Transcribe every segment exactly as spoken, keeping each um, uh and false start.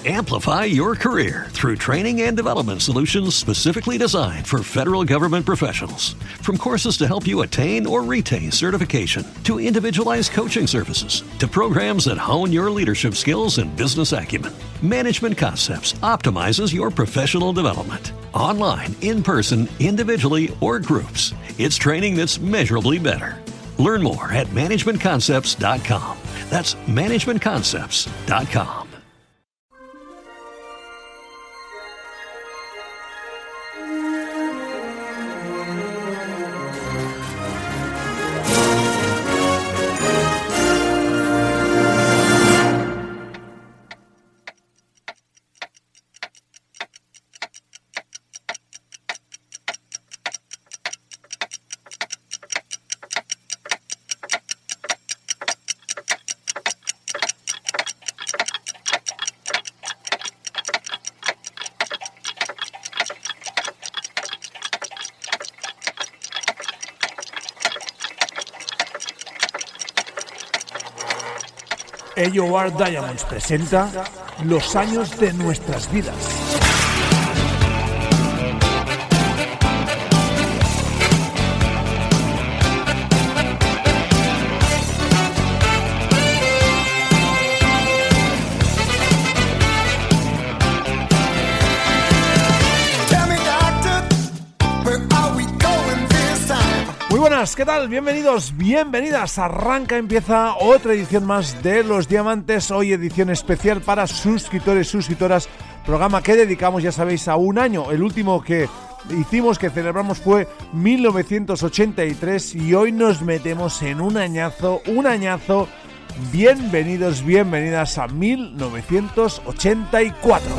Amplify your career through training and development solutions specifically designed for federal government professionals. From courses to help you attain or retain certification, to individualized coaching services, to programs that hone your leadership skills and business acumen, Management Concepts optimizes your professional development. Online, in person, individually, or groups, it's training that's measurably better. Learn more at management concepts dot com. That's management concepts dot com. A O R Diamonds presenta Los años de nuestras vidas. Buenas, ¿qué tal? Bienvenidos, bienvenidas. Arranca, empieza otra edición más de Los Diamantes. Hoy edición especial para suscriptores, suscriptoras. Programa que dedicamos, ya sabéis, a un año. El último que hicimos, que celebramos, fue mil novecientos ochenta y tres. Y hoy nos metemos en un añazo, un añazo. Bienvenidos, bienvenidas a mil novecientos ochenta y cuatro.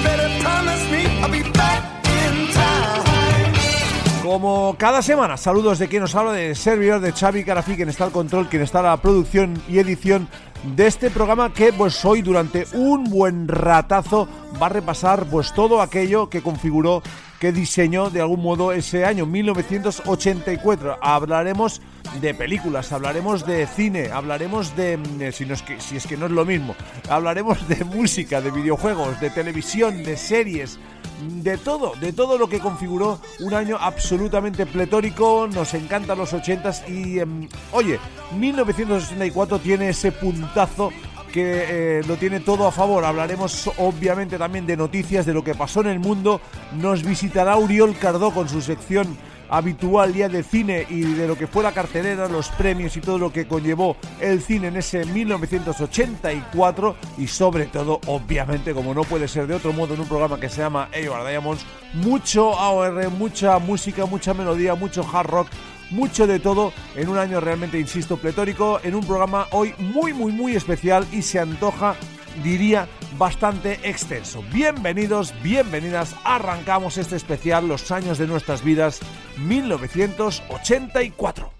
Como cada semana, saludos de quien nos habla, de servidor de Xavi Carafí, quien está al control, quien está a la producción y edición de este programa, que pues hoy durante un buen ratazo va a repasar pues todo aquello que configuró, que diseñó de algún modo ese año mil novecientos ochenta y cuatro. Hablaremos de películas, hablaremos de cine, hablaremos de, de si, no es que, si es que no es lo mismo, hablaremos de música, de videojuegos, de televisión, de series, de todo, de todo lo que configuró un año absolutamente pletórico. Nos encantan los ochentas y, eh, oye, mil novecientos ochenta y cuatro tiene ese puntazo que eh, lo tiene todo a favor. Hablaremos obviamente también de noticias, de lo que pasó en el mundo. Nos visitará Uriol Cardó con su sección habitual ya de cine y de lo que fue la cartelera, los premios y todo lo que conllevó el cine en ese mil novecientos ochenta y cuatro. Y sobre todo, obviamente, como no puede ser de otro modo, en un programa que se llama A O R Diamonds, mucho A O R, mucha música, mucha melodía, mucho hard rock, mucho de todo, en un año realmente, insisto, pletórico, en un programa hoy muy, muy, muy especial y se antoja, diría, bastante extenso. Bienvenidos, bienvenidas, arrancamos este especial, Los años de nuestras vidas, mil novecientos ochenta y cuatro.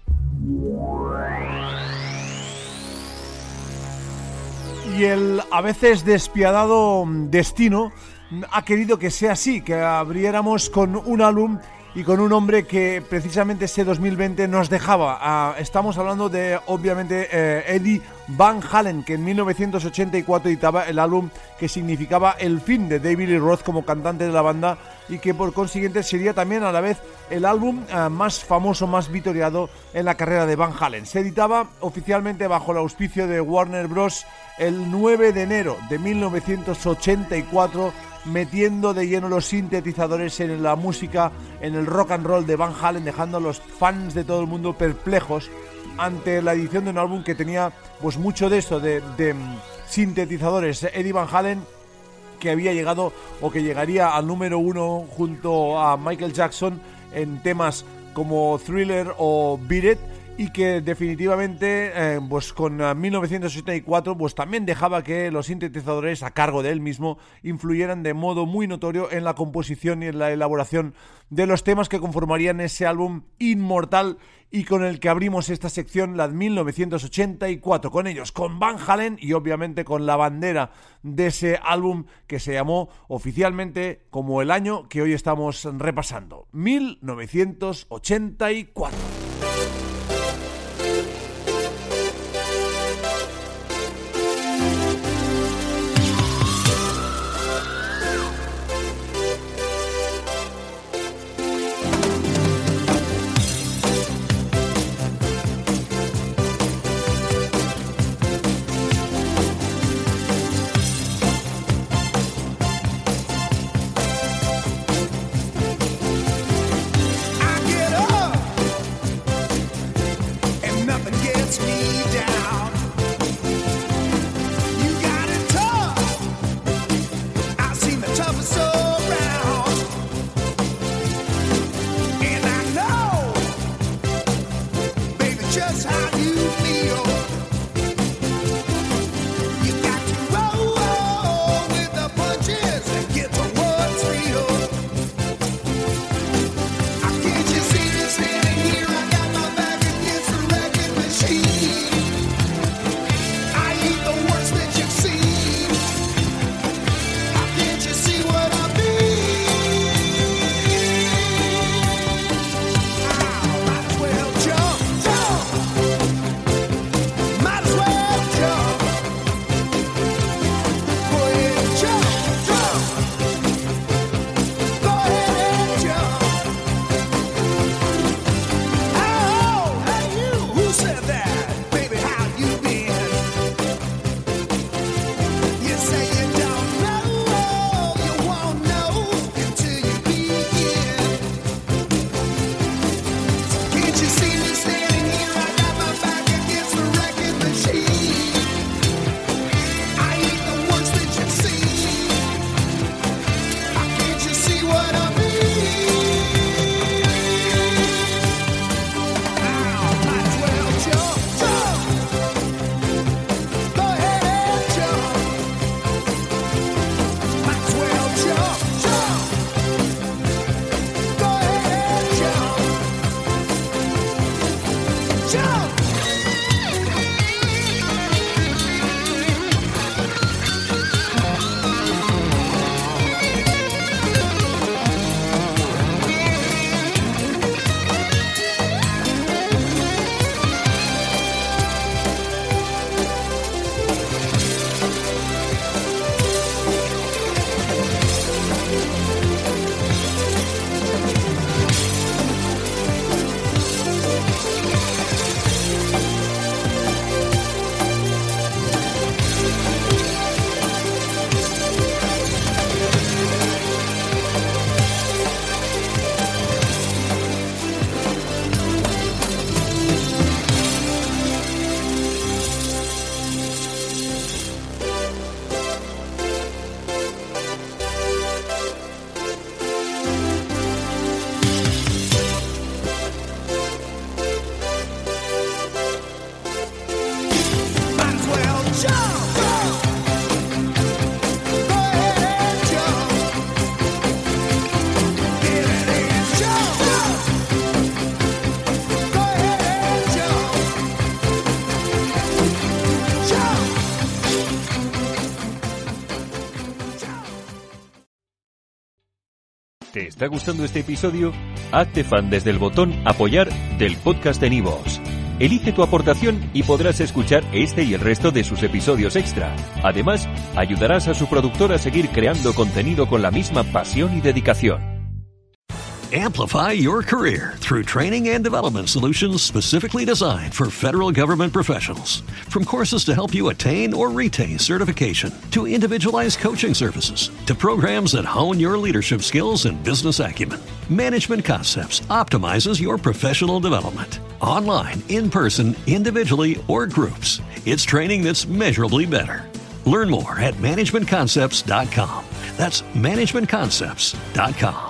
Y el a veces despiadado destino ha querido que sea así, que abriéramos con un álbum y con un hombre que precisamente ese dos mil veinte nos dejaba. Uh, estamos hablando de, obviamente, eh, Eddie Van Halen, que en mil novecientos ochenta y cuatro editaba el álbum que significaba el fin de David Lee Roth como cantante de la banda y que por consiguiente sería también a la vez el álbum uh, más famoso, más vitoreado en la carrera de Van Halen. Se editaba oficialmente bajo el auspicio de Warner Bros. El nueve de enero de mil novecientos ochenta y cuatro, metiendo de lleno los sintetizadores en la música, en el rock and roll de Van Halen, dejando a los fans de todo el mundo perplejos ante la edición de un álbum que tenía pues mucho de esto, de, de sintetizadores. Eddie Van Halen, que había llegado o que llegaría al número uno junto a Michael Jackson en temas como Thriller o Beat It, y que definitivamente eh, pues con uh, mil novecientos ochenta y cuatro pues también dejaba que los sintetizadores a cargo de él mismo influyeran de modo muy notorio en la composición y en la elaboración de los temas que conformarían ese álbum inmortal y con el que abrimos esta sección, la de mil novecientos ochenta y cuatro, con ellos, con Van Halen y obviamente con la bandera de ese álbum que se llamó oficialmente como el año que hoy estamos repasando, mil novecientos ochenta y cuatro. ¿Te está gustando este episodio? Hazte fan desde el botón Apoyar del podcast de Nivos. Elige tu aportación y podrás escuchar este y el resto de sus episodios extra. Además, ayudarás a su productor a seguir creando contenido con la misma pasión y dedicación. Amplify your career through training and development solutions specifically designed for federal government professionals. From courses to help you attain or retain certification, to individualized coaching services, to programs that hone your leadership skills and business acumen, Management Concepts optimizes your professional development. Online, in person, individually, or groups, it's training that's measurably better. Learn more at management concepts dot com. That's management concepts dot com.